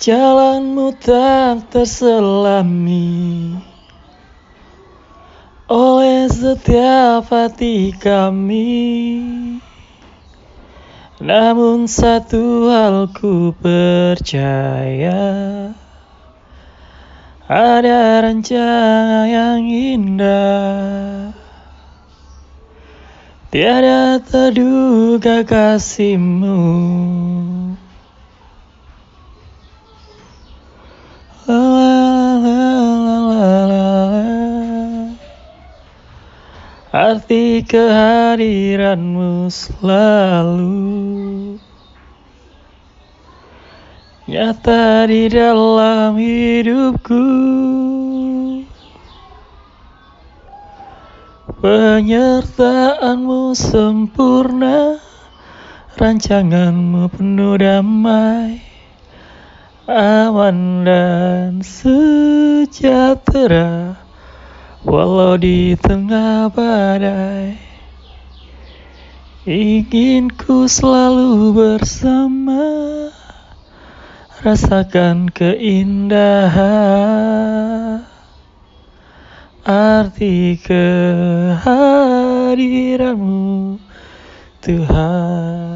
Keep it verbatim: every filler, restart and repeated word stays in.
Jalanmu tak terselami oleh setiap hati kami. Namun satu hal ku percaya, ada rencana yang indah. Tiada terduga kasihmu, la la la la la. Arti kehadiranmu selalu nyata di dalam hidupku. Penyertaanmu sempurna, rancanganmu penuh damai, aman dan sejahtera walau di tengah badai. Ingin ku selalu bersama, rasakan keindahan arti kehadiranmu Tuhan.